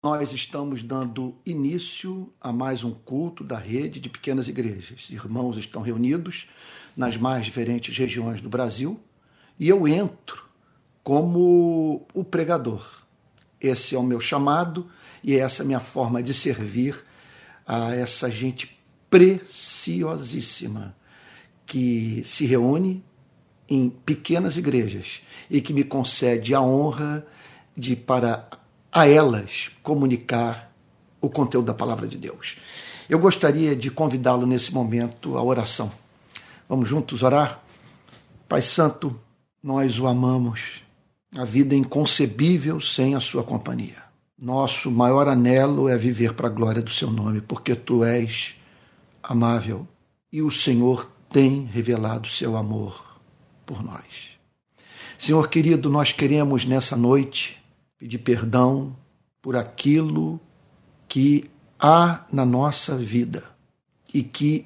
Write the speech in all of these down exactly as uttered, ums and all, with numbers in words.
Nós estamos dando início a mais um culto da rede de pequenas igrejas. Irmãos estão reunidos nas mais diferentes regiões do Brasil e eu entro como o pregador. Esse é o meu chamado e essa é a minha forma de servir a essa gente preciosíssima que se reúne em pequenas igrejas e que me concede a honra de, para a elas, comunicar o conteúdo da palavra de Deus. Eu gostaria de convidá-lo nesse momento à oração. Vamos juntos orar? Pai Santo, nós o amamos. A vida é inconcebível sem a sua companhia. Nosso maior anelo é viver para a glória do seu nome, porque tu és amável e o Senhor tem revelado seu amor por nós. Senhor querido, nós queremos nessa noite pedir perdão por aquilo que há na nossa vida e que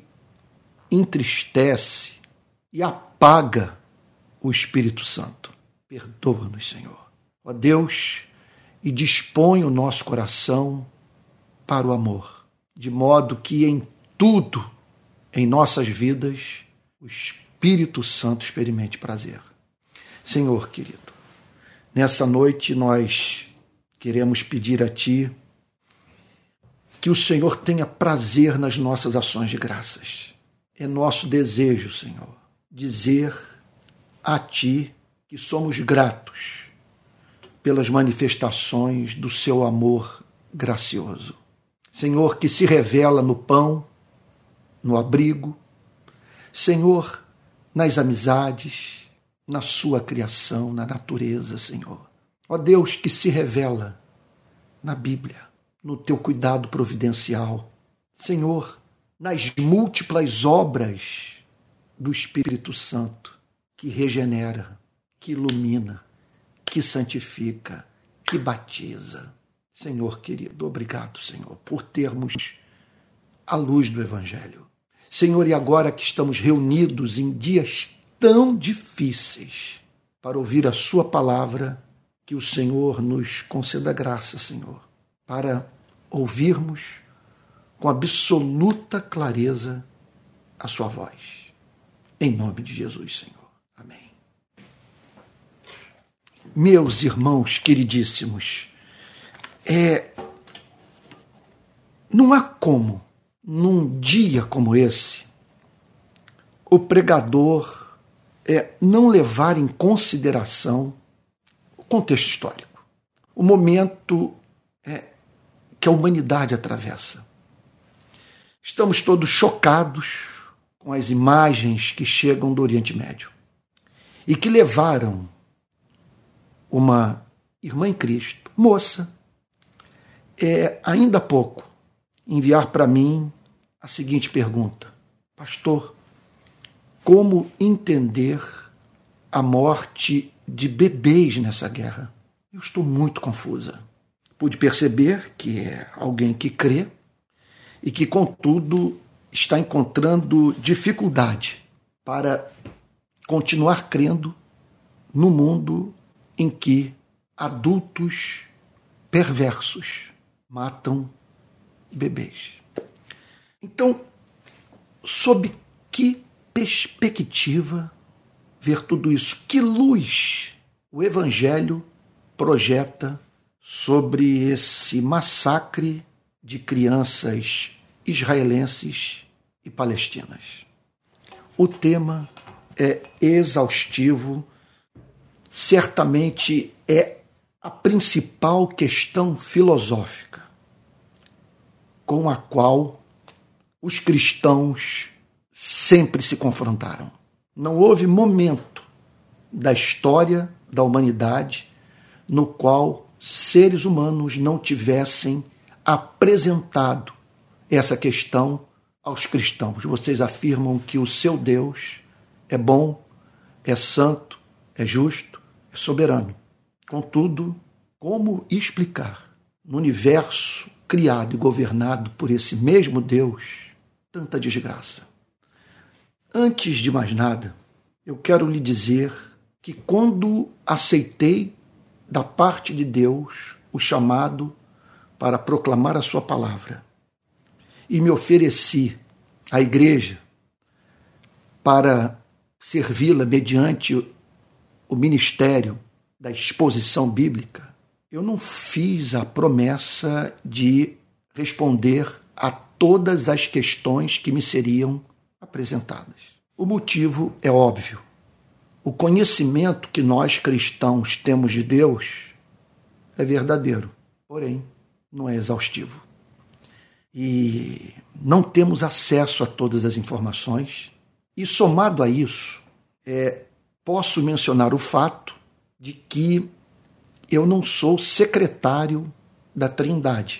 entristece e apaga o Espírito Santo. Perdoa-nos, Senhor. Ó Deus, e dispõe o nosso coração para o amor, de modo que em tudo, em nossas vidas, o Espírito Santo experimente prazer. Senhor querido, nessa noite nós queremos pedir a Ti que o Senhor tenha prazer nas nossas ações de graças. É nosso desejo, Senhor, dizer a Ti que somos gratos pelas manifestações do Seu amor gracioso. Senhor, que se revela no pão, no abrigo, Senhor, nas amizades, na sua criação, na natureza, Senhor. Ó Deus, que se revela na Bíblia, no teu cuidado providencial. Senhor, nas múltiplas obras do Espírito Santo, que regenera, que ilumina, que santifica, que batiza. Senhor querido, obrigado, Senhor, por termos a luz do Evangelho. Senhor, e agora que estamos reunidos em dias tão difíceis para ouvir a sua palavra, que o Senhor nos conceda graça, Senhor, para ouvirmos com absoluta clareza a sua voz. Em nome de Jesus, Senhor. Amém. Meus irmãos queridíssimos, é, não há como, num dia como esse, o pregador é não levar em consideração o contexto histórico, o momento é, que a humanidade atravessa. Estamos todos chocados com as imagens que chegam do Oriente Médio e que levaram uma irmã em Cristo, moça, é, ainda há pouco, enviar para mim a seguinte pergunta: pastor, como entender a morte de bebês nessa guerra? Eu estou muito confusa. Pude perceber que é alguém que crê e que, contudo, está encontrando dificuldade para continuar crendo no mundo em que adultos perversos matam bebês. Então, sob que perspectiva ver tudo isso? Que luz o Evangelho projeta sobre esse massacre de crianças israelenses e palestinas? O tema é exaustivo, certamente é a principal questão filosófica com a qual os cristãos sempre se confrontaram. Não houve momento da história da humanidade no qual seres humanos não tivessem apresentado essa questão aos cristãos. Vocês afirmam que o seu Deus é bom, é santo, é justo, é soberano. Contudo, como explicar no universo criado e governado por esse mesmo Deus tanta desgraça? Antes de mais nada, eu quero lhe dizer que quando aceitei da parte de Deus o chamado para proclamar a sua palavra e me ofereci à igreja para servi-la mediante o ministério da exposição bíblica, eu não fiz a promessa de responder a todas as questões que me seriam apresentadas. O motivo é óbvio. O conhecimento que nós cristãos temos de Deus é verdadeiro, porém não é exaustivo. E não temos acesso a todas as informações. E somado a isso, é, posso mencionar o fato de que eu não sou secretário da Trindade.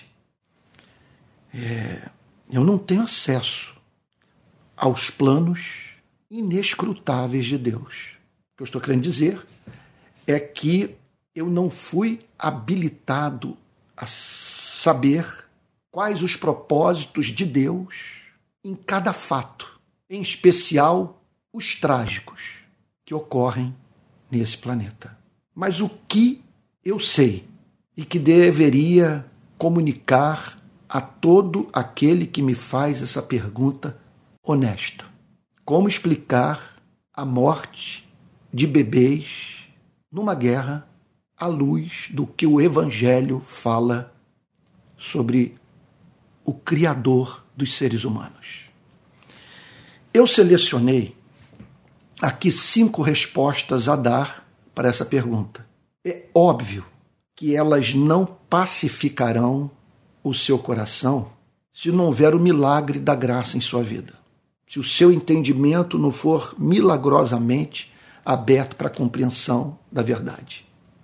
É, eu não tenho acesso aos planos inescrutáveis de Deus. O que eu estou querendo dizer é que eu não fui habilitado a saber quais os propósitos de Deus em cada fato, em especial os trágicos que ocorrem nesse planeta. Mas o que eu sei e que deveria comunicar a todo aquele que me faz essa pergunta honesta: como explicar a morte de bebês numa guerra à luz do que o Evangelho fala sobre o Criador dos seres humanos? Eu selecionei aqui cinco respostas a dar para essa pergunta. É óbvio que elas não pacificarão o seu coração se não houver o milagre da graça em sua vida. Se o seu entendimento não for milagrosamente aberto para a compreensão da verdade.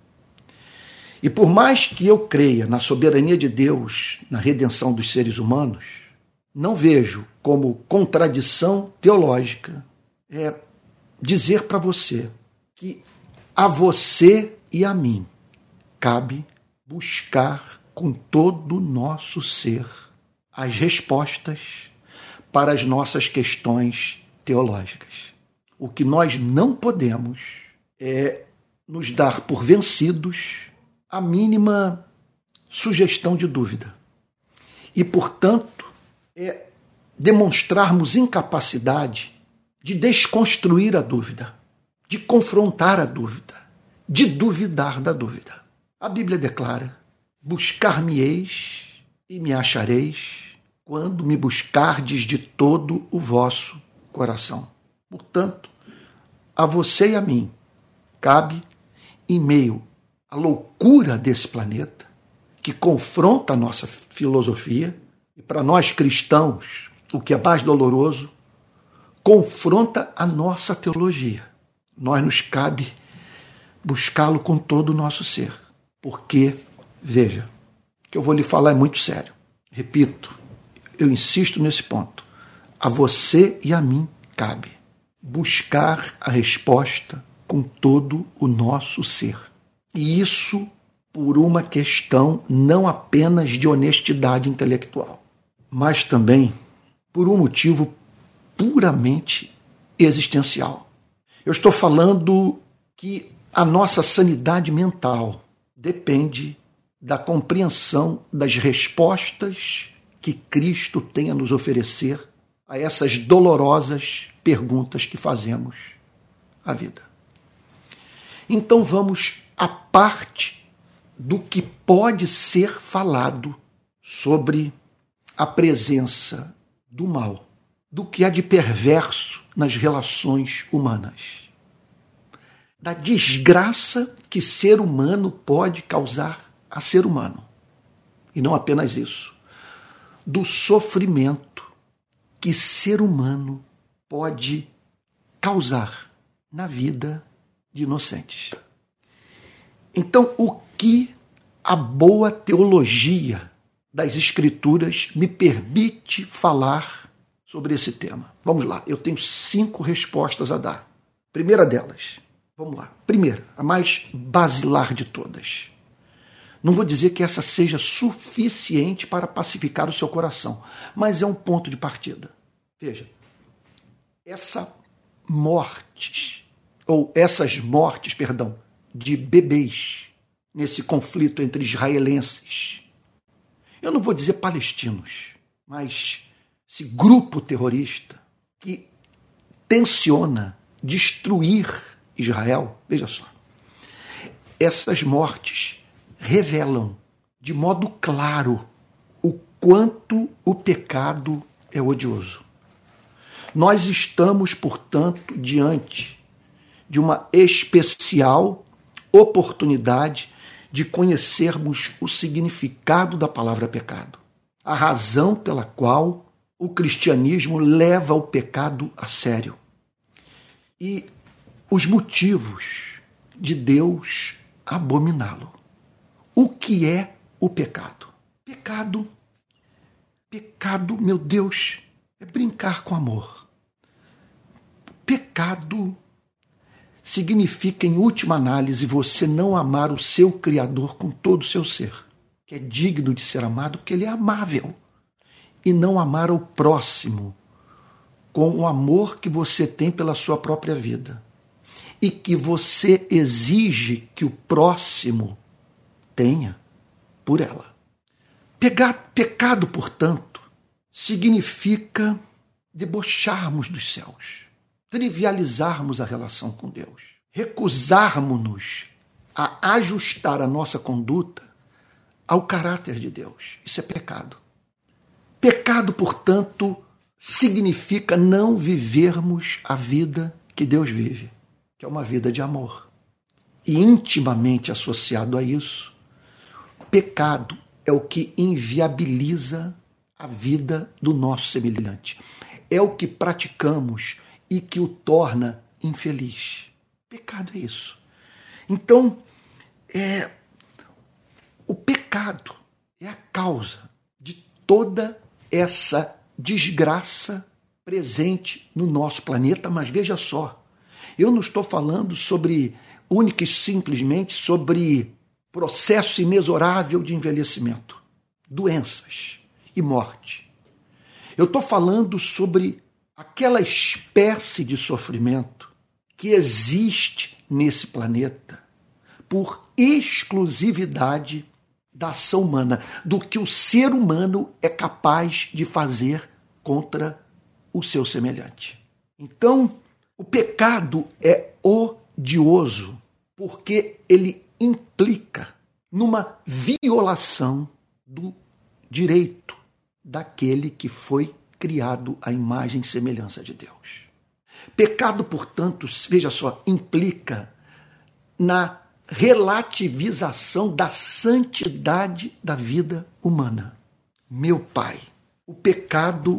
E por mais que eu creia na soberania de Deus, na redenção dos seres humanos, não vejo como contradição teológica é dizer para você que a você e a mim cabe buscar com todo o nosso ser as respostas para as nossas questões teológicas. O que nós não podemos é nos dar por vencidos a mínima sugestão de dúvida. E, portanto, é demonstrarmos incapacidade de desconstruir a dúvida, de confrontar a dúvida, de duvidar da dúvida. A Bíblia declara: buscar-me-eis e me achareis quando me buscardes de todo o vosso coração. Portanto, a você e a mim cabe, em meio à loucura desse planeta, que confronta a nossa filosofia, e para nós cristãos, o que é mais doloroso, confronta a nossa teologia. Nós nos cabe buscá-lo com todo o nosso ser. Porque, veja, o que eu vou lhe falar é muito sério. Repito, eu insisto nesse ponto. A você e a mim cabe buscar a resposta com todo o nosso ser. E isso por uma questão não apenas de honestidade intelectual, mas também por um motivo puramente existencial. Eu estou falando que a nossa sanidade mental depende da compreensão das respostas que Cristo tem a nos oferecer a essas dolorosas perguntas que fazemos à vida. Então vamos à parte do que pode ser falado sobre a presença do mal, do que há de perverso nas relações humanas, da desgraça que ser humano pode causar a ser humano. E não apenas isso, do sofrimento que ser humano pode causar na vida de inocentes. Então, o que a boa teologia das Escrituras me permite falar sobre esse tema? Vamos lá, eu tenho cinco respostas a dar. Primeira delas, vamos lá. Primeira, a mais basilar de todas. Não vou dizer que essa seja suficiente para pacificar o seu coração, mas é um ponto de partida. Veja, essa morte, ou essas mortes, perdão, de bebês nesse conflito entre israelenses eu não vou dizer palestinos, mas esse grupo terrorista que tenciona destruir Israel, veja só, essas mortes revelam de modo claro o quanto o pecado é odioso. Nós estamos, portanto, diante de uma especial oportunidade de conhecermos o significado da palavra pecado, a razão pela qual o cristianismo leva o pecado a sério e os motivos de Deus abominá-lo. O que é o pecado? Pecado, pecado, meu Deus, é brincar com amor. Pecado significa, em última análise, você não amar o seu Criador com todo o seu ser, que é digno de ser amado porque ele é amável, e não amar ao próximo com o amor que você tem pela sua própria vida e que você exige que o próximo tenha por ela. Pegar, pecado, portanto, significa debocharmos dos céus, trivializarmos a relação com Deus, recusarmos-nos a ajustar a nossa conduta ao caráter de Deus. Isso é pecado. Pecado, portanto, significa não vivermos a vida que Deus vive, que é uma vida de amor. E intimamente associado a isso, pecado é o que inviabiliza a vida do nosso semelhante. É o que praticamos e que o torna infeliz. Pecado é isso. Então, é, o pecado é a causa de toda essa desgraça presente no nosso planeta, mas veja só, eu não estou falando sobre, única e simplesmente, sobre processo inexorável de envelhecimento, doenças e morte. Eu estou falando sobre aquela espécie de sofrimento que existe nesse planeta por exclusividade da ação humana, do que o ser humano é capaz de fazer contra o seu semelhante. Então, o pecado é odioso porque ele implica numa violação do direito daquele que foi criado à imagem e semelhança de Deus. Pecado, portanto, veja só, implica na relativização da santidade da vida humana. Meu Pai, o pecado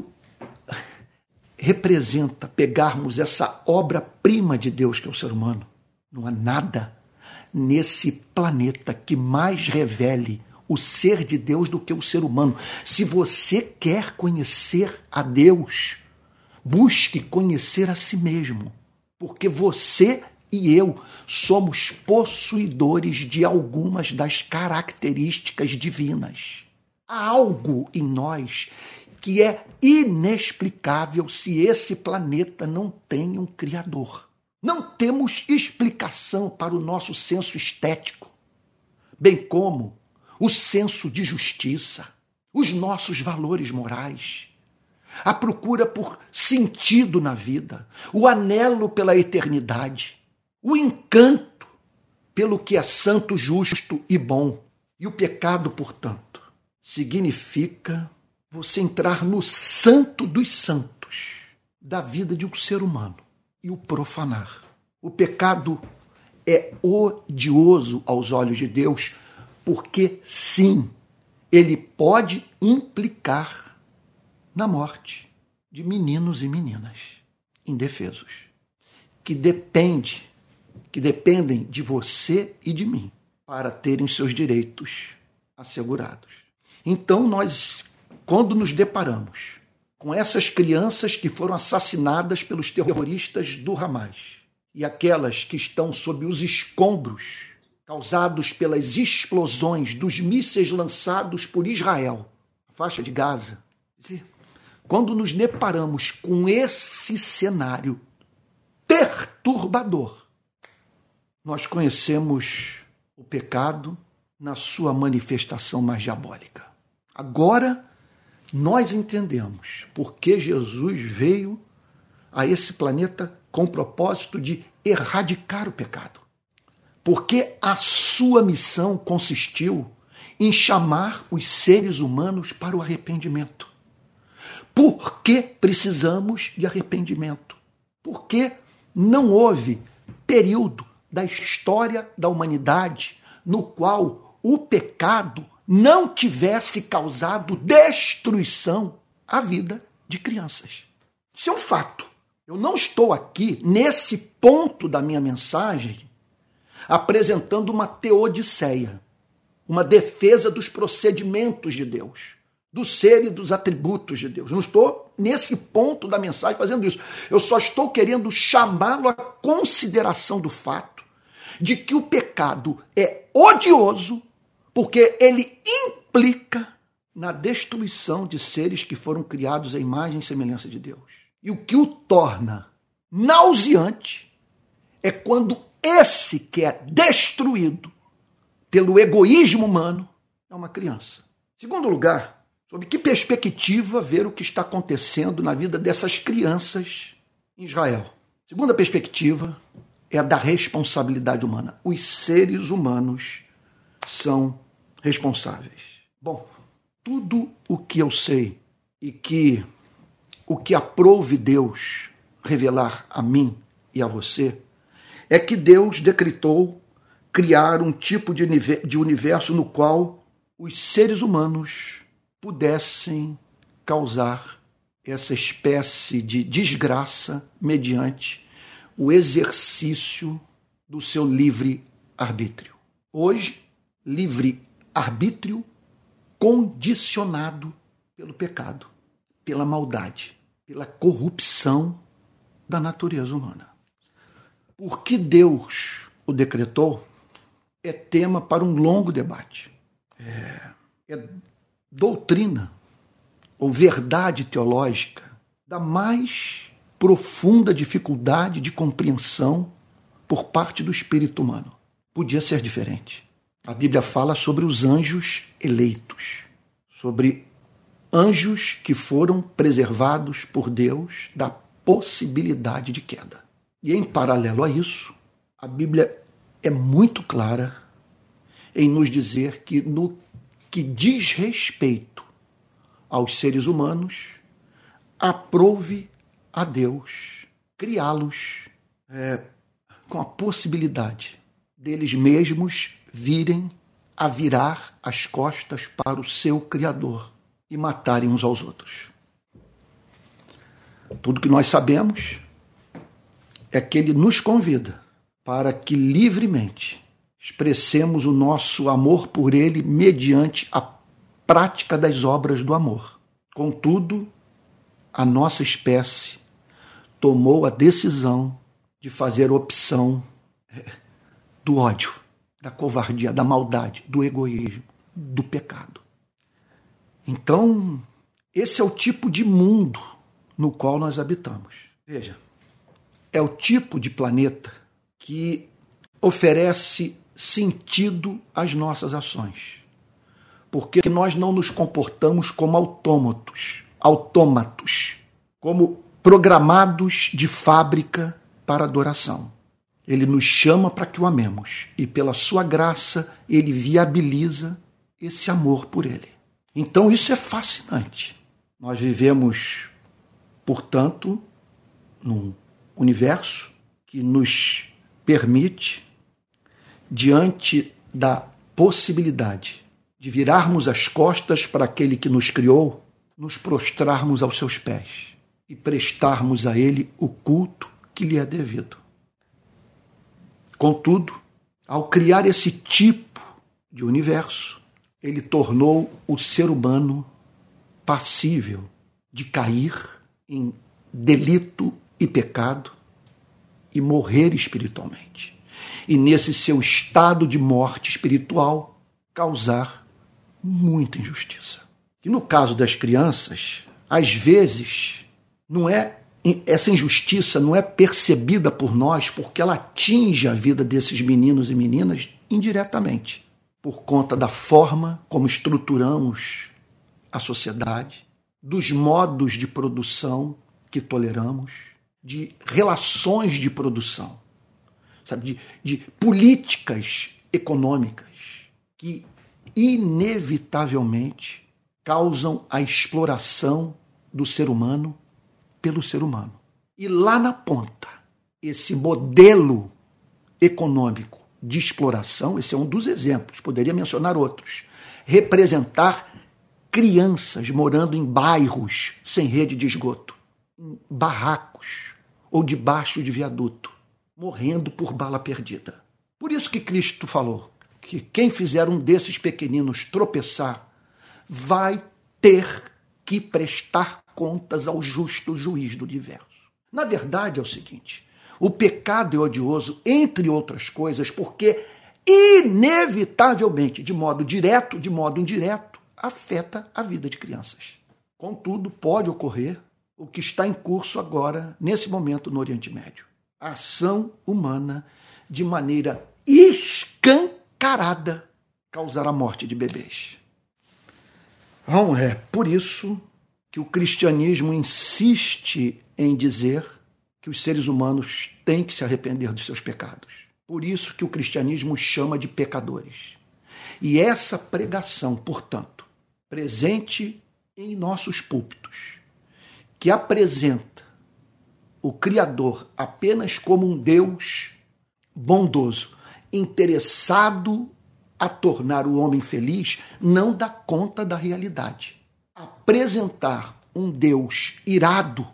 representa pegarmos essa obra-prima de Deus que é o ser humano. Não há nada nesse planeta que mais revele o ser de Deus do que o ser humano. Se você quer conhecer a Deus, busque conhecer a si mesmo, porque você e eu somos possuidores de algumas das características divinas. Há algo em nós que é inexplicável se esse planeta não tem um Criador. Não temos explicação para o nosso senso estético, bem como o senso de justiça, os nossos valores morais, a procura por sentido na vida, o anelo pela eternidade, o encanto pelo que é santo, justo e bom. E o pecado, portanto, significa você entrar no santo dos santos da vida de um ser humano e o profanar. O pecado é odioso aos olhos de Deus porque, sim, ele pode implicar na morte de meninos e meninas indefesos, que depende, que dependem de você e de mim para terem seus direitos assegurados. Então, nós, quando nos deparamos com essas crianças que foram assassinadas pelos terroristas do Hamas e aquelas que estão sob os escombros causados pelas explosões dos mísseis lançados por Israel, a faixa de Gaza, quando nos deparamos com esse cenário perturbador, nós conhecemos o pecado na sua manifestação mais diabólica. Agora nós entendemos por que Jesus veio a esse planeta com o propósito de erradicar o pecado. Porque a sua missão consistiu em chamar os seres humanos para o arrependimento. Por que precisamos de arrependimento? Porque não houve período da história da humanidade no qual o pecado não tivesse causado destruição à vida de crianças. Isso é um fato. Eu não estou aqui, nesse ponto da minha mensagem, apresentando uma teodiceia, uma defesa dos procedimentos de Deus, do ser e dos atributos de Deus. Não estou nesse ponto da mensagem fazendo isso. Eu só estou querendo chamá-lo à consideração do fato de que o pecado é odioso porque ele implica na destruição de seres que foram criados à imagem e semelhança de Deus. E o que o torna nauseante é quando esse que é destruído pelo egoísmo humano é uma criança. Em segundo lugar, sob que perspectiva ver o que está acontecendo na vida dessas crianças em Israel? Segunda perspectiva é a da responsabilidade humana. Os seres humanos são responsáveis. Bom, tudo o que eu sei e que o que aprouve Deus revelar a mim e a você é que Deus decretou criar um tipo de universo no qual os seres humanos pudessem causar essa espécie de desgraça mediante o exercício do seu livre-arbítrio. Hoje, livre-arbítrio condicionado pelo pecado, pela maldade, pela corrupção da natureza humana. Por que Deus o decretou é tema para um longo debate. É, é doutrina ou verdade teológica da mais profunda dificuldade de compreensão por parte do espírito humano. Podia ser diferente. A Bíblia fala sobre os anjos eleitos, sobre anjos que foram preservados por Deus da possibilidade de queda. E em paralelo a isso, a Bíblia é muito clara em nos dizer que no que diz respeito aos seres humanos, aprouve a Deus criá-los é, com a possibilidade deles mesmos virem a virar as costas para o seu Criador e matarem uns aos outros. Tudo que nós sabemos é que ele nos convida para que livremente expressemos o nosso amor por ele mediante a prática das obras do amor. Contudo, a nossa espécie tomou a decisão de fazer opção do ódio, da covardia, da maldade, do egoísmo, do pecado. Então, esse é o tipo de mundo no qual nós habitamos. Veja, é o tipo de planeta que oferece sentido às nossas ações. Porque nós não nos comportamos como autômatos, autômatos, como programados de fábrica para adoração. Ele nos chama para que o amemos e pela sua graça ele viabiliza esse amor por ele. Então isso é fascinante. Nós vivemos, portanto, num universo que nos permite, diante da possibilidade de virarmos as costas para aquele que nos criou, nos prostrarmos aos seus pés e prestarmos a ele o culto que lhe é devido. Contudo, ao criar esse tipo de universo, ele tornou o ser humano passível de cair em delito e pecado e morrer espiritualmente. E nesse seu estado de morte espiritual, causar muita injustiça. E no caso das crianças, às vezes, não é essa injustiça não é percebida por nós porque ela atinge a vida desses meninos e meninas indiretamente, por conta da forma como estruturamos à sociedade, dos modos de produção que toleramos, de relações de produção, sabe, de, de políticas econômicas que inevitavelmente causam a exploração do ser humano pelo ser humano. E lá na ponta, esse modelo econômico de exploração, esse é um dos exemplos, poderia mencionar outros, representar crianças morando em bairros sem rede de esgoto, em barracos ou debaixo de viaduto, morrendo por bala perdida. Por isso que Cristo falou que quem fizer um desses pequeninos tropeçar vai ter que prestar contas ao justo juiz do universo. Na verdade é o seguinte, o pecado é odioso, entre outras coisas, porque inevitavelmente, de modo direto, de modo indireto, afeta a vida de crianças. Contudo, pode ocorrer o que está em curso agora, nesse momento, no Oriente Médio. A ação humana, de maneira escancarada, causar a morte de bebês. Então, é por isso que o cristianismo insiste em dizer que os seres humanos têm que se arrepender dos seus pecados. Por isso que o cristianismo os chama de pecadores. E essa pregação, portanto, presente em nossos púlpitos, que apresenta o Criador apenas como um Deus bondoso, interessado a tornar o homem feliz, não dá conta da realidade. Apresentar um Deus irado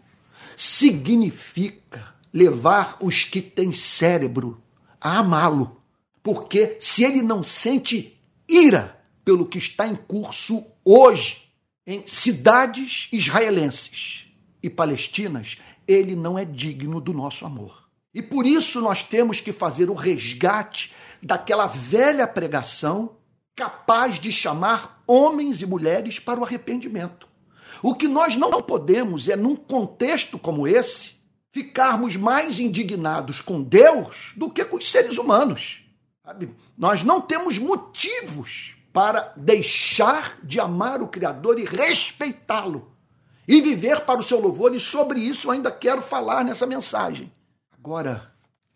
significa levar os que têm cérebro a amá-lo. Porque se ele não sente ira pelo que está em curso hoje em cidades israelenses e palestinas, ele não é digno do nosso amor. E por isso nós temos que fazer o resgate daquela velha pregação capaz de chamar homens e mulheres para o arrependimento. O que nós não podemos é, num contexto como esse, ficarmos mais indignados com Deus do que com os seres humanos. Sabe? Nós não temos motivos para deixar de amar o Criador e respeitá-lo e viver para o seu louvor, e sobre isso eu ainda quero falar nessa mensagem. Agora,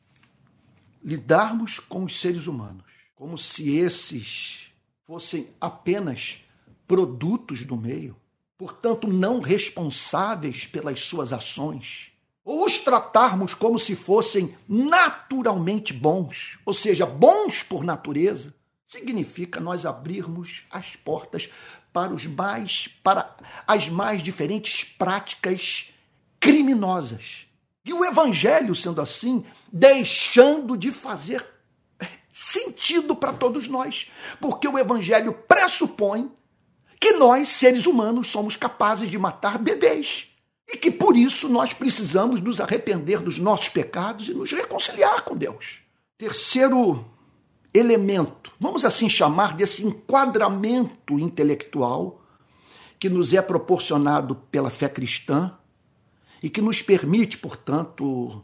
lidarmos com os seres humanos como se esses fossem apenas produtos do meio, portanto não responsáveis pelas suas ações, ou os tratarmos como se fossem naturalmente bons, ou seja, bons por natureza, significa nós abrirmos as portas para os mais, para as mais diferentes práticas criminosas. E o Evangelho, sendo assim, deixando de fazer sentido para todos nós, porque o Evangelho pressupõe que nós, seres humanos, somos capazes de matar bebês e que, por isso, nós precisamos nos arrepender dos nossos pecados e nos reconciliar com Deus. Terceiro elemento, vamos assim chamar desse enquadramento intelectual que nos é proporcionado pela fé cristã e que nos permite, portanto,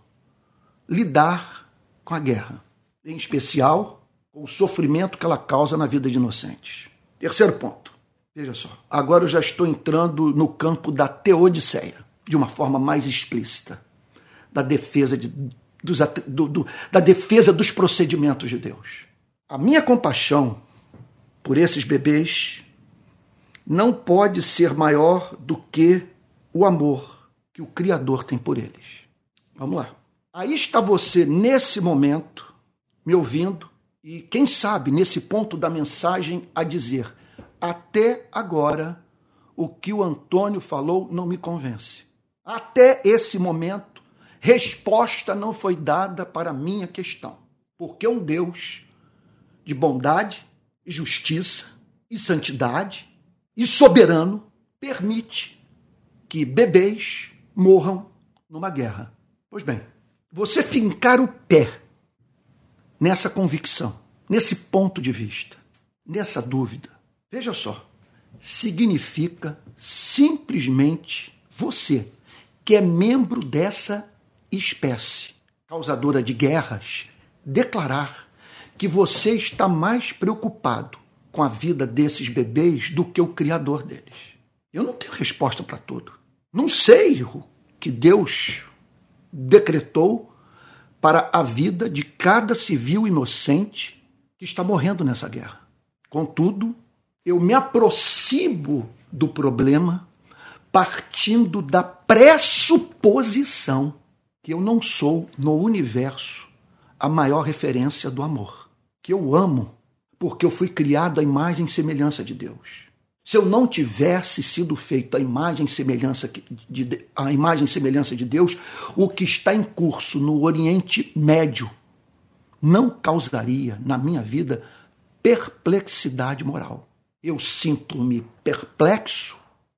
lidar com a guerra, em especial com o sofrimento que ela causa na vida de inocentes. Terceiro ponto, veja só, agora eu já estou entrando no campo da teodiceia, de uma forma mais explícita, da defesa, de, dos, do, do, da defesa dos procedimentos de Deus. A minha compaixão por esses bebês não pode ser maior do que o amor que o Criador tem por eles. Vamos lá. Aí está você, nesse momento, me ouvindo, e quem sabe, nesse ponto da mensagem, a dizer: até agora, o que o Antônio falou não me convence. Até esse momento, resposta não foi dada para a minha questão. Porque um Deus de bondade, e justiça e santidade e soberano permite que bebês morram numa guerra. Pois bem, você fincar o pé nessa convicção, nesse ponto de vista, nessa dúvida, veja só, significa simplesmente você, que é membro dessa espécie causadora de guerras, declarar que você está mais preocupado com a vida desses bebês do que o Criador deles. Eu não tenho resposta para tudo. Não sei o que Deus decretou para a vida de cada civil inocente que está morrendo nessa guerra. Contudo, eu me aproximo do problema partindo da pressuposição que eu não sou, no universo, a maior referência do amor. Que eu amo porque eu fui criado à imagem e semelhança de Deus. Se eu não tivesse sido feito à imagem e semelhança de, à imagem e semelhança de Deus, o que está em curso no Oriente Médio não causaria, na minha vida, perplexidade moral. Eu sinto-me perplexo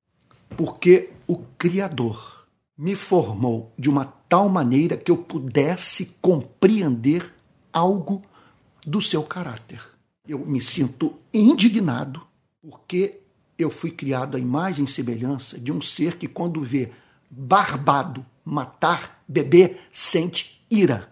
porque o Criador me formou de uma tal maneira que eu pudesse compreender algo do seu caráter. Eu me sinto indignado porque eu fui criado à imagem e semelhança de um ser que, quando vê barbado matar bebê, sente ira.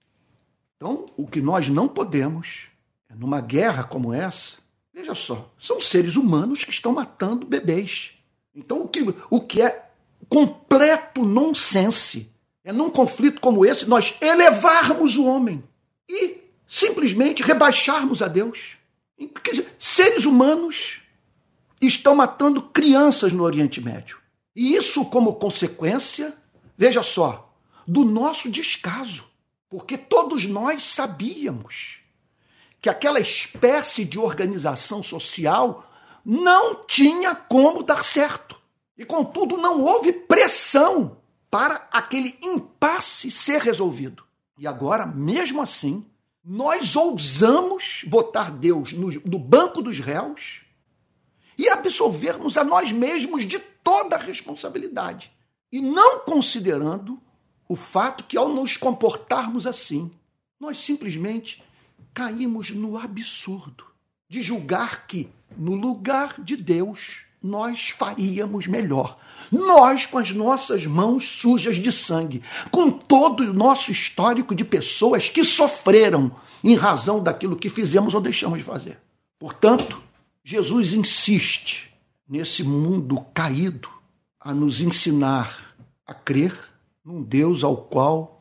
Então, o que nós não podemos, numa guerra como essa, veja só, são seres humanos que estão matando bebês. Então, o que, o que é completo nonsense é, num conflito como esse, nós elevarmos o homem e simplesmente rebaixarmos a Deus. Quer dizer, seres humanos estão matando crianças no Oriente Médio. E isso como consequência, veja só, do nosso descaso. Porque todos nós sabíamos que aquela espécie de organização social não tinha como dar certo. E, contudo, não houve pressão para aquele impasse ser resolvido. E agora, mesmo assim, nós ousamos botar Deus no, no banco dos réus e absolvermos a nós mesmos de toda a responsabilidade. E não considerando o fato que, ao nos comportarmos assim, nós simplesmente caímos no absurdo de julgar que, no lugar de Deus, nós faríamos melhor. Nós, com as nossas mãos sujas de sangue, com todo o nosso histórico de pessoas que sofreram em razão daquilo que fizemos ou deixamos de fazer. Portanto, Jesus insiste nesse mundo caído a nos ensinar a crer num Deus ao qual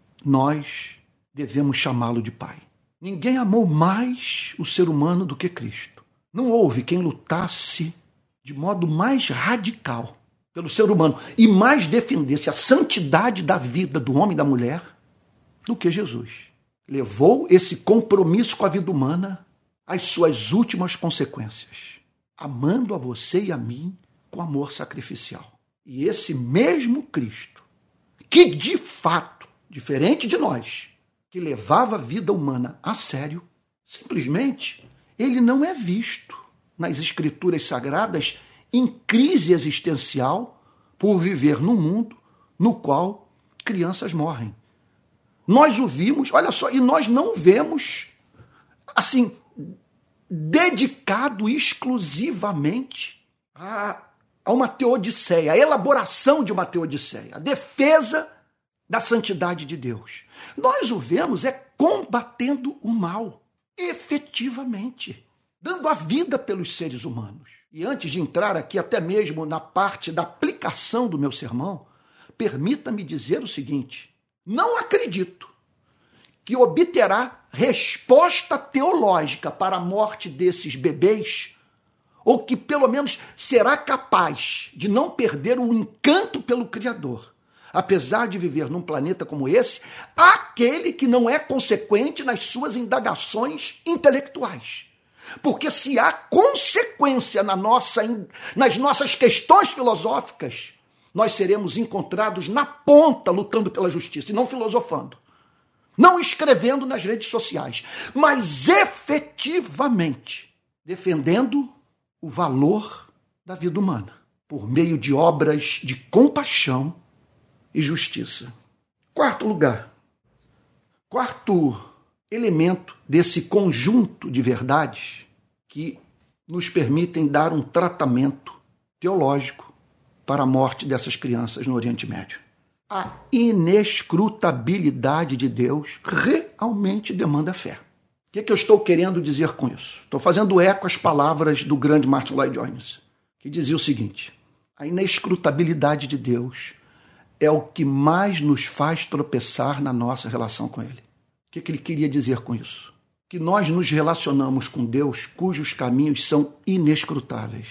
nós devemos chamá-lo de Pai. Ninguém amou mais o ser humano do que Cristo. Não houve quem lutasse de modo mais radical pelo ser humano e mais defendesse a santidade da vida do homem e da mulher do que Jesus. Levou esse compromisso com a vida humana às suas últimas consequências, amando a você e a mim com amor sacrificial. E esse mesmo Cristo, que de fato, diferente de nós, que levava a vida humana a sério, simplesmente ele não é visto nas Escrituras Sagradas em crise existencial por viver num mundo no qual crianças morrem. Nós o vimos, olha só, e nós não vemos, assim, dedicado exclusivamente a, a uma teodiceia, a elaboração de uma teodiceia, a defesa da santidade de Deus. Nós o vemos é combatendo o mal, efetivamente, dando a vida pelos seres humanos. E antes de entrar aqui até mesmo na parte da aplicação do meu sermão, permita-me dizer o seguinte: não acredito que obterá resposta teológica para a morte desses bebês, ou que pelo menos será capaz de não perder o encanto pelo Criador, apesar de viver num planeta como esse, aquele que não é consequente nas suas indagações intelectuais. Porque se há consequência na nossa, nas nossas questões filosóficas, nós seremos encontrados na ponta lutando pela justiça e não filosofando. Não escrevendo nas redes sociais, mas efetivamente defendendo o valor da vida humana por meio de obras de compaixão e justiça. Quarto lugar, quarto elemento desse conjunto de verdades que nos permitem dar um tratamento teológico para a morte dessas crianças no Oriente Médio. A inescrutabilidade de Deus realmente demanda fé. O que, é que eu estou querendo dizer com isso? Estou fazendo eco às palavras do grande Martin Lloyd-Jones, que dizia o seguinte: A inescrutabilidade de Deus é o que mais nos faz tropeçar na nossa relação com Ele. O que, que ele queria dizer com isso? Que nós nos relacionamos com Deus cujos caminhos são inescrutáveis,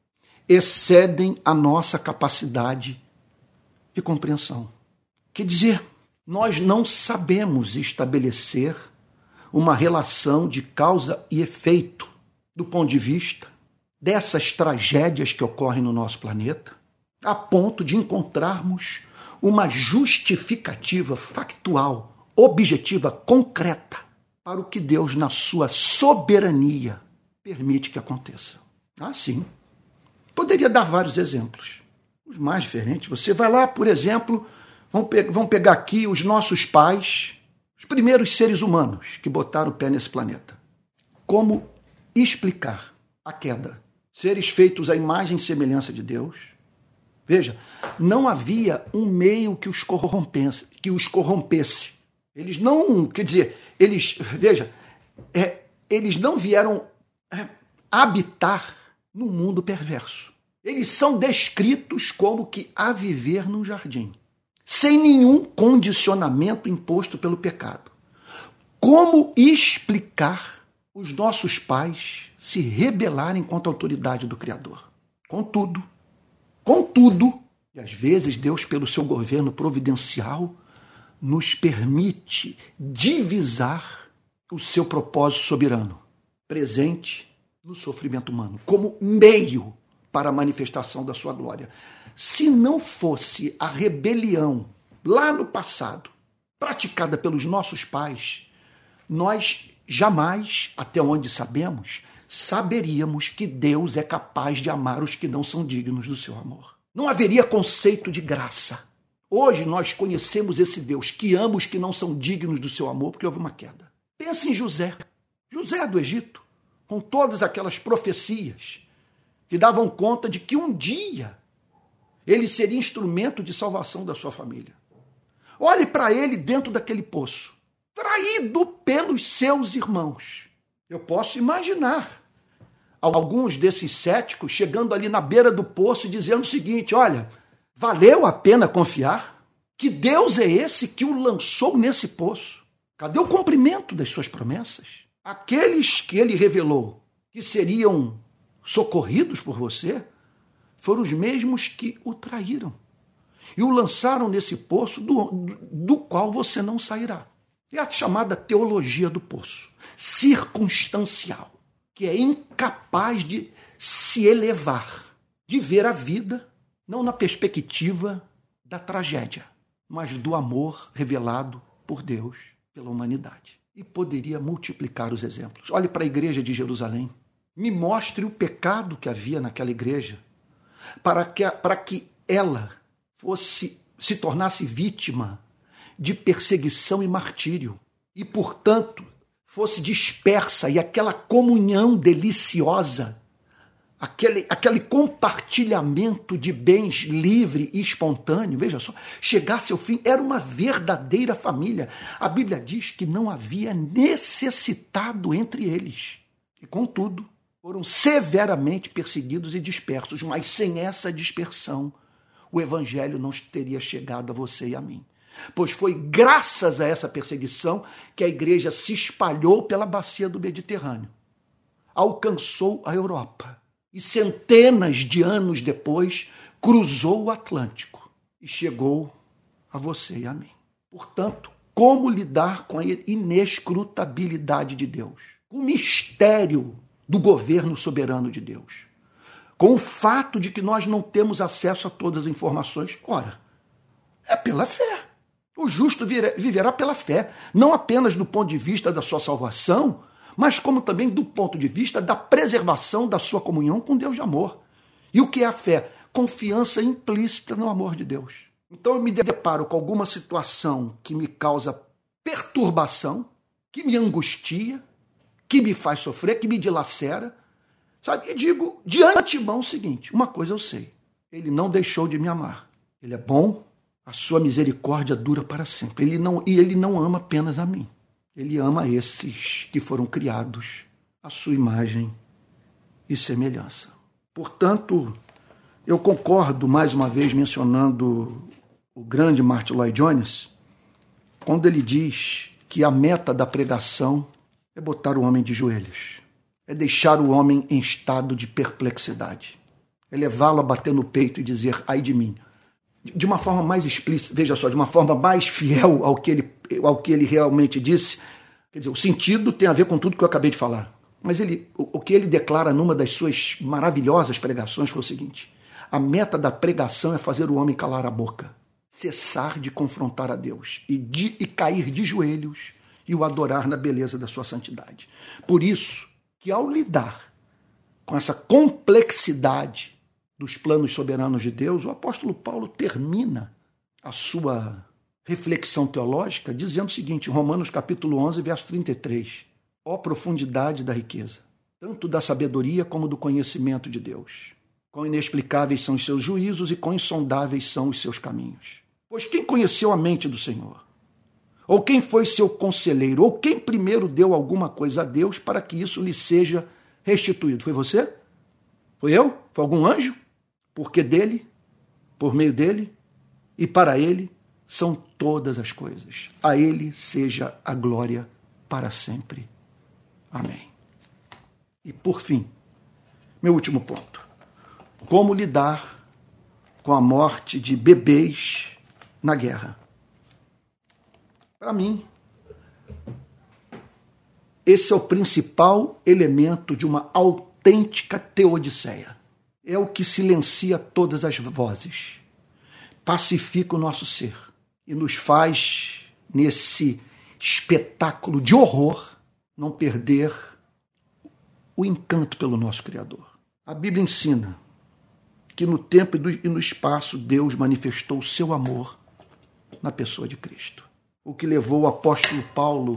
excedem a nossa capacidade de compreensão. Quer dizer, nós não sabemos estabelecer uma relação de causa e efeito do ponto de vista dessas tragédias que ocorrem no nosso planeta, a ponto de encontrarmos uma justificativa factual, objetiva, concreta para o que Deus, na sua soberania, permite que aconteça. Ah, sim. Poderia dar vários exemplos. Os mais diferentes. Você vai lá, por exemplo, vamos, pe- vamos pegar aqui os nossos pais, os primeiros seres humanos que botaram o pé nesse planeta. Como explicar a queda? Seres feitos à imagem e semelhança de Deus. Veja, não havia um meio que os corrompesse. Que os corrompesse. Eles não, quer dizer, eles, veja, é, eles não vieram é, habitar num mundo perverso. Eles são descritos como que a viver num jardim, sem nenhum condicionamento imposto pelo pecado. Como explicar os nossos pais se rebelarem contra a autoridade do Criador? Contudo, contudo, e às vezes Deus, pelo seu governo providencial, nos permite divisar o seu propósito soberano, presente no sofrimento humano, como meio para a manifestação da sua glória. Se não fosse a rebelião lá no passado, praticada pelos nossos pais, nós jamais, até onde sabemos, saberíamos que Deus é capaz de amar os que não são dignos do seu amor. Não haveria conceito de graça. Hoje nós conhecemos esse Deus que ama os que não são dignos do seu amor porque houve uma queda. Pense em José. José do Egito, com todas aquelas profecias que davam conta de que um dia ele seria instrumento de salvação da sua família. Olhe para ele dentro daquele poço, traído pelos seus irmãos. Eu posso imaginar alguns desses céticos chegando ali na beira do poço e dizendo o seguinte: olha, valeu a pena confiar? Que Deus é esse que o lançou nesse poço? Cadê o cumprimento das suas promessas? Aqueles que ele revelou que seriam socorridos por você foram os mesmos que o traíram e o lançaram nesse poço do, do qual você não sairá. É a chamada teologia do poço, circunstancial, que é incapaz de se elevar, de ver a vida não na perspectiva da tragédia, mas do amor revelado por Deus pela humanidade. E poderia multiplicar os exemplos. Olhe para a igreja de Jerusalém. Me mostre o pecado que havia naquela igreja para que, para que ela fosse, se tornasse vítima de perseguição e martírio e, portanto, fosse dispersa e aquela comunhão deliciosa, aquele, aquele compartilhamento de bens livre e espontâneo, veja só, chegasse ao fim, era uma verdadeira família. A Bíblia diz que não havia necessitado entre eles. E, contudo, foram severamente perseguidos e dispersos, mas sem essa dispersão, o evangelho não teria chegado a você e a mim. Pois foi graças a essa perseguição que a igreja se espalhou pela bacia do Mediterrâneo, alcançou a Europa e centenas de anos depois cruzou o Atlântico e chegou a você e a mim. Portanto, como lidar com a inescrutabilidade de Deus? Com o mistério do governo soberano de Deus? Com o fato de que nós não temos acesso a todas as informações? Ora, é pela fé. O justo viverá pela fé, não apenas do ponto de vista da sua salvação, mas como também do ponto de vista da preservação da sua comunhão com Deus de amor. E o que é a fé? Confiança implícita no amor de Deus. Então eu me deparo com alguma situação que me causa perturbação, que me angustia, que me faz sofrer, que me dilacera, sabe? E digo de antemão o seguinte: uma coisa eu sei, ele não deixou de me amar. Ele é bom, a sua misericórdia dura para sempre. Ele não, e ele não ama apenas a mim. Ele ama esses que foram criados à sua imagem e semelhança. Portanto, Eu concordo, mais uma vez, mencionando o grande Martin Lloyd Jones, quando ele diz que a meta da pregação é botar o homem de joelhos, é deixar o homem em estado de perplexidade, é levá-lo a bater no peito e dizer, ai de mim. De uma forma mais explícita, veja só, de uma forma mais fiel ao que ele, ao que ele realmente disse, quer dizer, o sentido tem a ver com tudo que eu acabei de falar. Mas ele, o, o que ele declara numa das suas maravilhosas pregações foi o seguinte: a meta da pregação é fazer o homem calar a boca, cessar de confrontar a Deus e, de, e cair de joelhos e o adorar na beleza da sua santidade. Por isso que ao lidar com essa complexidade dos planos soberanos de Deus, o apóstolo Paulo termina a sua reflexão teológica dizendo o seguinte, em Romanos capítulo onze, verso trinta e três, ó profundidade da riqueza, tanto da sabedoria como do conhecimento de Deus. Quão inexplicáveis são os seus juízos e quão insondáveis são os seus caminhos. Pois quem conheceu a mente do Senhor? Ou quem foi seu conselheiro? Ou quem primeiro deu alguma coisa a Deus para que isso lhe seja restituído? Foi você? Foi eu? Foi algum anjo? Porque dele, por meio dele e para ele são todas as coisas. A ele seja a glória para sempre. Amém. E por fim, meu último ponto. Como lidar com a morte de bebês na guerra? Para mim, esse é o principal elemento de uma autêntica teodiceia. É o que silencia todas as vozes, pacifica o nosso ser e nos faz, nesse espetáculo de horror, não perder o encanto pelo nosso Criador. A Bíblia ensina que no tempo e no espaço Deus manifestou o seu amor na pessoa de Cristo. O que levou o apóstolo Paulo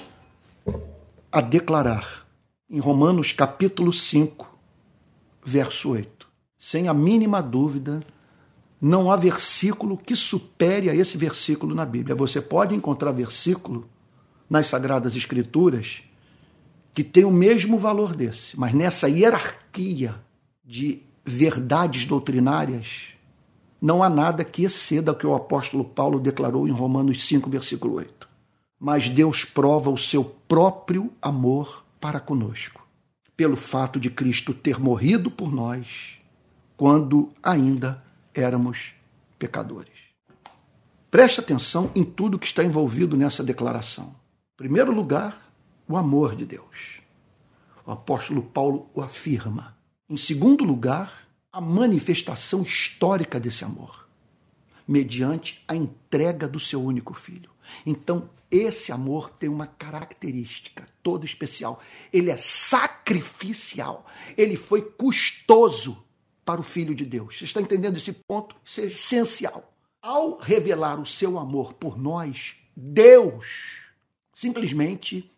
a declarar em Romanos capítulo cinco, verso oito. Sem a mínima dúvida, não há versículo que supere a esse versículo na Bíblia. Você pode encontrar versículo nas Sagradas Escrituras que tem o mesmo valor desse, mas nessa hierarquia de verdades doutrinárias, não há nada que exceda o que o apóstolo Paulo declarou em Romanos cinco, versículo oito. Mas Deus prova o seu próprio amor para conosco, pelo fato de Cristo ter morrido por nós quando ainda éramos pecadores. Preste atenção em tudo que está envolvido nessa declaração. Em primeiro lugar, o amor de Deus. O apóstolo Paulo o afirma. Em segundo lugar, a manifestação histórica desse amor, mediante a entrega do seu único filho. Então, esse amor tem uma característica toda especial. Ele é sacrificial. Ele foi custoso para o Filho de Deus. Você está entendendo esse ponto? Isso é essencial. Ao revelar o seu amor por nós, Deus simplesmente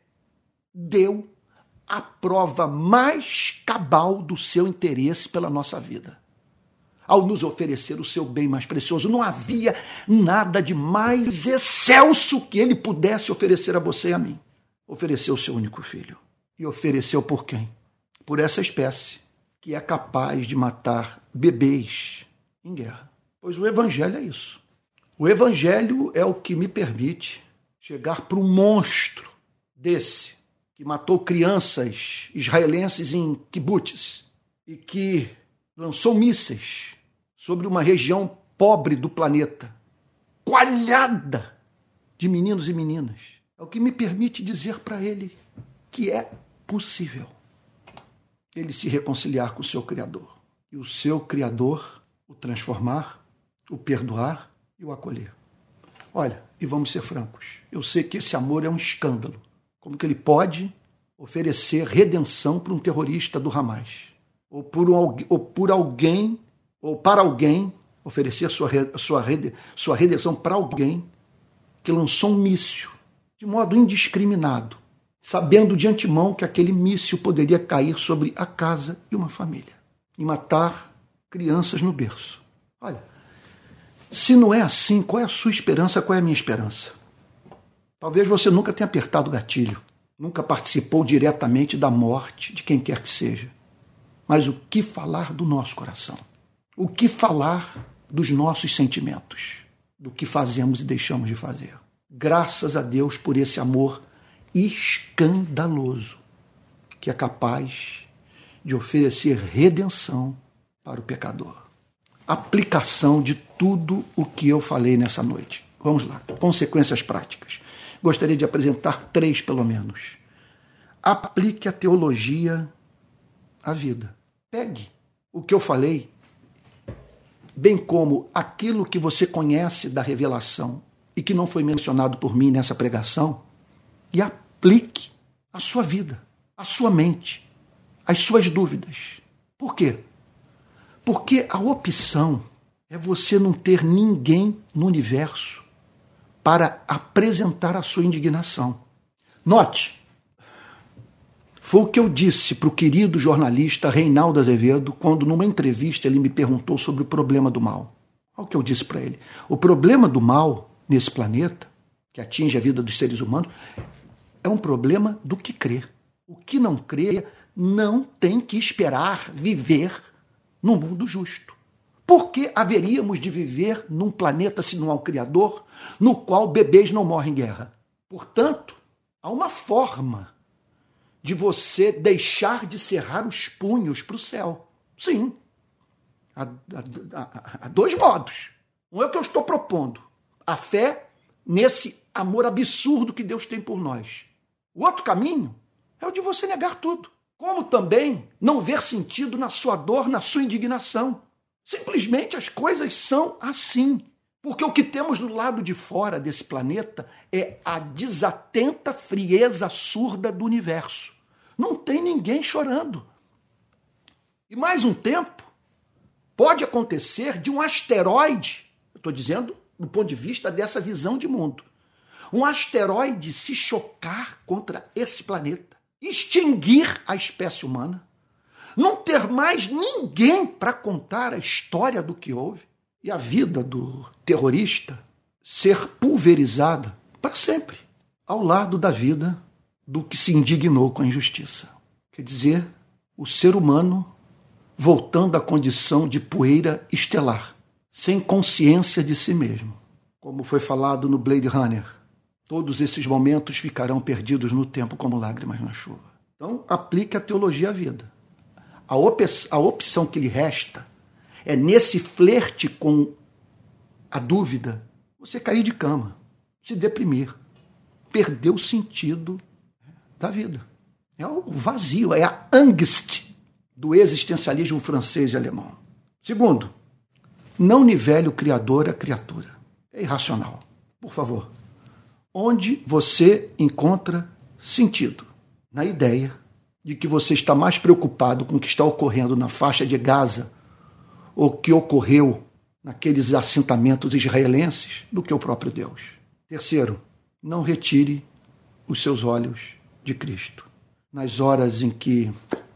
deu a prova mais cabal do seu interesse pela nossa vida. Ao nos oferecer o seu bem mais precioso, não havia nada de mais excelso que ele pudesse oferecer a você e a mim. Ofereceu o seu único filho. E ofereceu por quem? Por essa espécie que é capaz de matar bebês em guerra. Pois o evangelho é isso. O evangelho é o que me permite chegar para um monstro desse, que matou crianças israelenses em kibbutz e que lançou mísseis sobre uma região pobre do planeta, coalhada de meninos e meninas. É o que me permite dizer para ele que é possível ele se reconciliar com o seu Criador. E o seu Criador o transformar, o perdoar e o acolher. Olha, e vamos ser francos, eu sei que esse amor é um escândalo. Como que ele pode oferecer redenção para um terrorista do Hamas? Ou por, um, ou por alguém, ou para alguém, oferecer sua, sua, sua redenção para alguém que lançou um míssil de modo indiscriminado, sabendo de antemão que aquele míssil poderia cair sobre a casa e uma família e matar crianças no berço. Olha, se não é assim, qual é a sua esperança, qual é a minha esperança? Talvez você nunca tenha apertado o gatilho, nunca participou diretamente da morte de quem quer que seja. Mas o que falar do nosso coração? O que falar dos nossos sentimentos, do que fazemos e deixamos de fazer. Graças a Deus por esse amor escandaloso que é capaz de oferecer redenção para o pecador. Aplicação de tudo o que eu falei nessa noite. Vamos lá, consequências práticas. Gostaria de apresentar três, pelo menos. Aplique a teologia à vida. Pegue o que eu falei, bem como aquilo que você conhece da revelação e que não foi mencionado por mim nessa pregação, e aplique à sua vida, à sua mente, às suas dúvidas. Por quê? Porque a opção é você não ter ninguém no universo para apresentar a sua indignação. Note, foi o que eu disse para o querido jornalista Reinaldo Azevedo quando, numa entrevista, ele me perguntou sobre o problema do mal. Olha o que eu disse para ele. O problema do mal nesse planeta, que atinge a vida dos seres humanos, é um problema do que crê. O que não crê não tem que esperar viver num mundo justo. Por que haveríamos de viver num planeta se não há um Criador, no qual bebês não morrem em guerra? Portanto, há uma forma de você deixar de cerrar os punhos para o céu. Sim, há, há, há dois modos. Um é o que eu estou propondo, a fé nesse amor absurdo que Deus tem por nós. O outro caminho é o de você negar tudo. Como também não ver sentido na sua dor, na sua indignação. Simplesmente as coisas são assim. Porque o que temos do lado de fora desse planeta é a desatenta frieza surda do universo. Não tem ninguém chorando. E mais um tempo, pode acontecer de um asteroide, eu estou dizendo do ponto de vista dessa visão de mundo, um asteroide se chocar contra esse planeta, extinguir a espécie humana, não ter mais ninguém para contar a história do que houve, e a vida do terrorista ser pulverizada para sempre, ao lado da vida do que se indignou com a injustiça. Quer dizer, o ser humano voltando à condição de poeira estelar, sem consciência de si mesmo. Como foi falado no Blade Runner, todos esses momentos ficarão perdidos no tempo como lágrimas na chuva. Então, aplique a teologia à vida. A, op- a opção que lhe resta é, nesse flerte com a dúvida, você cair de cama, se deprimir, perder o sentido da vida. É o vazio, é a angst do existencialismo francês e alemão. Segundo, não nivele o Criador à criatura. É irracional. Por favor, onde você encontra sentido? Na ideia de que você está mais preocupado com o que está ocorrendo na faixa de Gaza ou que ocorreu naqueles assentamentos israelenses do que o próprio Deus. Terceiro, não retire os seus olhos de Cristo. Nas horas em que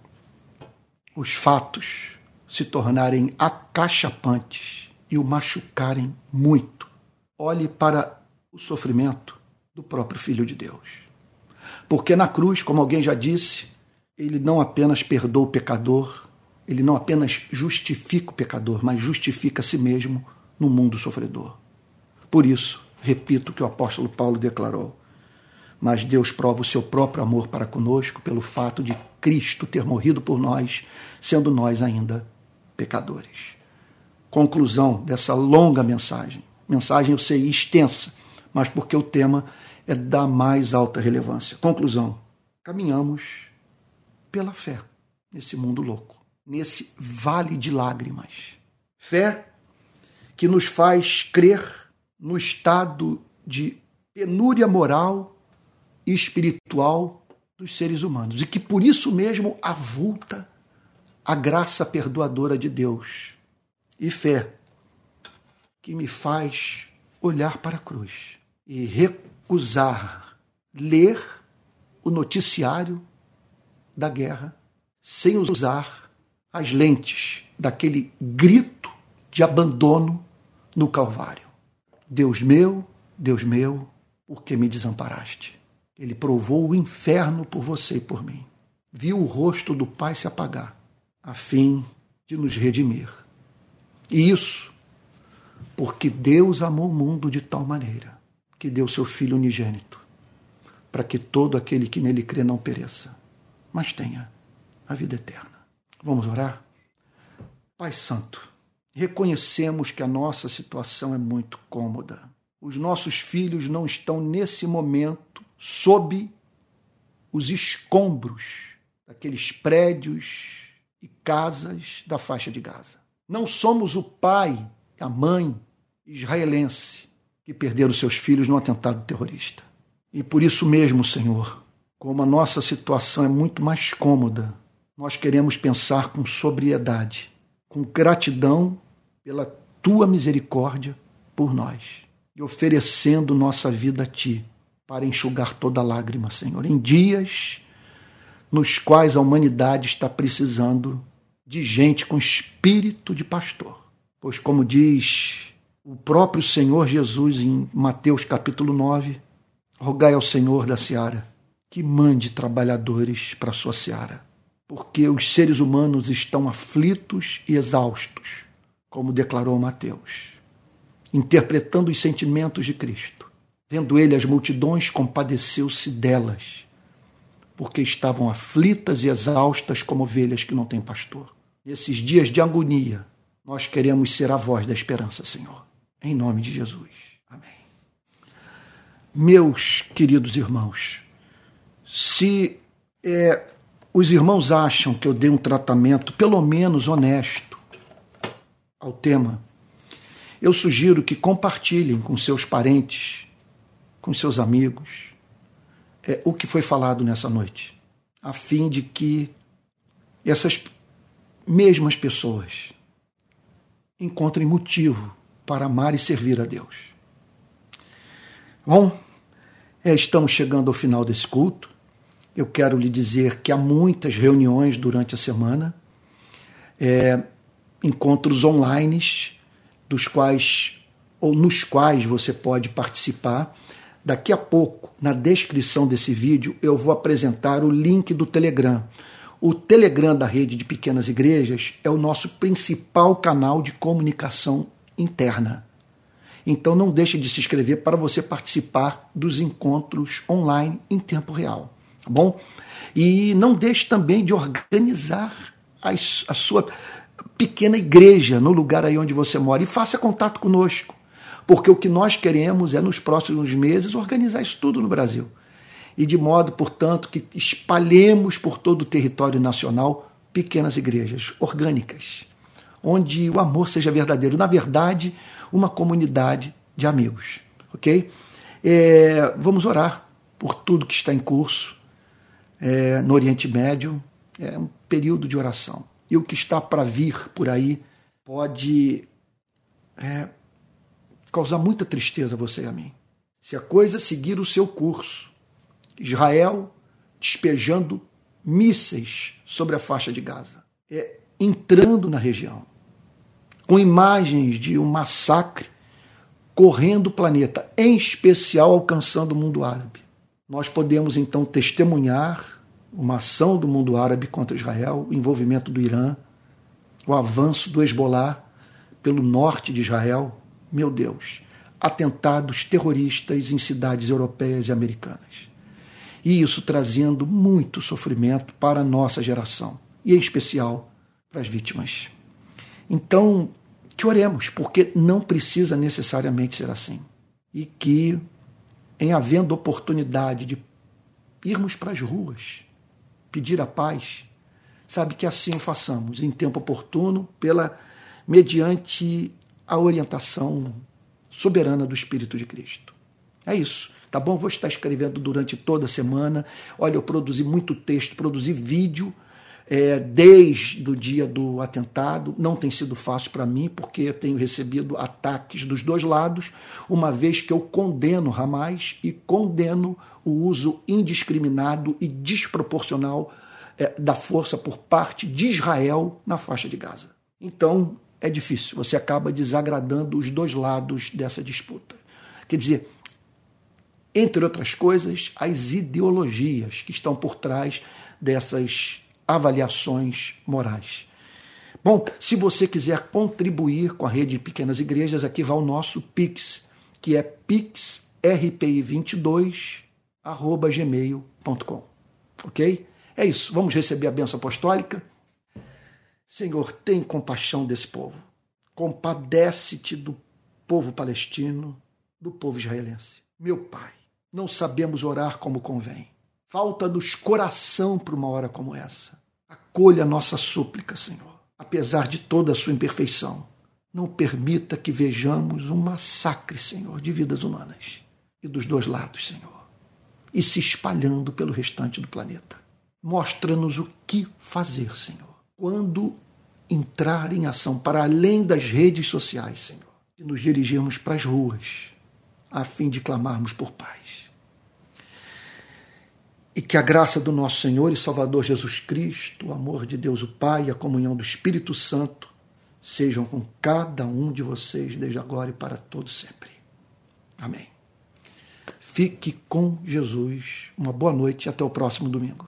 os fatos se tornarem acachapantes e o machucarem muito, olhe para o sofrimento do próprio Filho de Deus. Porque na cruz, como alguém já disse, ele não apenas perdoa o pecador, ele não apenas justifica o pecador, mas justifica a si mesmo no mundo sofredor. Por isso, repito o que o apóstolo Paulo declarou, mas Deus prova o seu próprio amor para conosco pelo fato de Cristo ter morrido por nós, sendo nós ainda pecadores. Conclusão dessa longa mensagem. Mensagem, eu sei, extensa, mas porque o tema é da mais alta relevância. Conclusão. Caminhamos pela fé nesse mundo louco, nesse vale de lágrimas. Fé que nos faz crer no estado de penúria moral e espiritual dos seres humanos, e que por isso mesmo avulta a graça perdoadora de Deus. E fé que me faz olhar para a cruz e recusar ler o noticiário da guerra sem usar as lentes daquele grito de abandono no Calvário. Deus meu, Deus meu, por que me desamparaste? Ele provou o inferno por você e por mim. Viu o rosto do Pai se apagar, a fim de nos redimir. E isso porque Deus amou o mundo de tal maneira que deu seu Filho unigênito, para que todo aquele que nele crê não pereça, mas tenha a vida eterna. Vamos orar? Pai Santo, reconhecemos que a nossa situação é muito cômoda. Os nossos filhos não estão nesse momento sob os escombros daqueles prédios e casas da faixa de Gaza. Não somos o pai e a mãe israelense que perderam seus filhos no atentado terrorista. E por isso mesmo, Senhor, como a nossa situação é muito mais cômoda, nós queremos pensar com sobriedade, com gratidão pela Tua misericórdia por nós, e oferecendo nossa vida a Ti, para enxugar toda lágrima, Senhor, em dias nos quais a humanidade está precisando de gente com espírito de pastor. Pois, como diz o próprio Senhor Jesus em Mateus capítulo nove, rogai ao Senhor da seara que mande trabalhadores para a sua seara, porque os seres humanos estão aflitos e exaustos, como declarou Mateus, interpretando os sentimentos de Cristo. Vendo ele as multidões, compadeceu-se delas, porque estavam aflitas e exaustas como ovelhas que não têm pastor. Nesses dias de agonia, nós queremos ser a voz da esperança, Senhor. Em nome de Jesus. Amém. Meus queridos irmãos, se é, os irmãos acham que eu dei um tratamento pelo menos honesto ao tema, eu sugiro que compartilhem com seus parentes, com seus amigos, é, o que foi falado nessa noite, a fim de que essas mesmas pessoas encontrem motivo para amar e servir a Deus. Bom, é, estamos chegando ao final desse culto. Eu quero lhe dizer que há muitas reuniões durante a semana, é, encontros online, dos quais, ou nos quais você pode participar. Daqui a pouco, na descrição desse vídeo, eu vou apresentar o link do Telegram. O Telegram da Rede de Pequenas Igrejas é o nosso principal canal de comunicação interna. Então não deixe de se inscrever para você participar dos encontros online em tempo real, tá bom? E não deixe também de organizar a, a sua pequena igreja no lugar aí onde você mora e faça contato conosco, porque o que nós queremos é nos próximos meses organizar isso tudo no Brasil. E de modo, portanto, que espalhemos por todo o território nacional pequenas igrejas orgânicas, onde o amor seja verdadeiro. Na verdade, uma comunidade de amigos, ok? É, vamos orar por tudo que está em curso é, no Oriente Médio. É um período de oração. E o que está para vir por aí pode é, causar muita tristeza a você e a mim. Se a coisa seguir o seu curso, Israel despejando mísseis sobre a faixa de Gaza, é, entrando na região, com imagens de um massacre correndo o planeta, em especial alcançando o mundo árabe. Nós podemos então testemunhar uma ação do mundo árabe contra Israel, o envolvimento do Irã, o avanço do Hezbollah pelo norte de Israel. Meu Deus, atentados terroristas em cidades europeias e americanas. E isso trazendo muito sofrimento para a nossa geração, e em especial para as vítimas. Então, que oremos, porque não precisa necessariamente ser assim. E que, em havendo oportunidade de irmos para as ruas, pedir a paz, sabe, que assim o façamos, em tempo oportuno, pela, mediante a orientação soberana do Espírito de Cristo. É isso, tá bom? Vou estar escrevendo durante toda a semana. Olha, eu produzi muito texto, produzi vídeo, É, desde o dia do atentado. Não tem sido fácil para mim, porque eu tenho recebido ataques dos dois lados, uma vez que eu condeno Hamas e condeno o uso indiscriminado e desproporcional é, da força por parte de Israel na faixa de Gaza. Então, é difícil, você acaba desagradando os dois lados dessa disputa. Quer dizer, entre outras coisas, as ideologias que estão por trás dessas avaliações morais. Bom, se você quiser contribuir com a rede de pequenas igrejas, aqui vai o nosso Pix, que é pix r p i vinte e dois arroba gmail ponto com. Ok? É isso. Vamos receber a bênção apostólica? Senhor, tem compaixão desse povo. Compadece-te do povo palestino, do povo israelense. Meu Pai, não sabemos orar como convém. Falta-nos coração para uma hora como essa. Acolha a nossa súplica, Senhor. Apesar de toda a sua imperfeição, não permita que vejamos um massacre, Senhor, de vidas humanas. E dos dois lados, Senhor. E se espalhando pelo restante do planeta. Mostra-nos o que fazer, Senhor. Quando entrar em ação para além das redes sociais, Senhor. E nos dirigirmos para as ruas, a fim de clamarmos por paz. E que a graça do nosso Senhor e Salvador Jesus Cristo, o amor de Deus o Pai e a comunhão do Espírito Santo sejam com cada um de vocês desde agora e para todo sempre. Amém. Fique com Jesus. Uma boa noite e até o próximo domingo.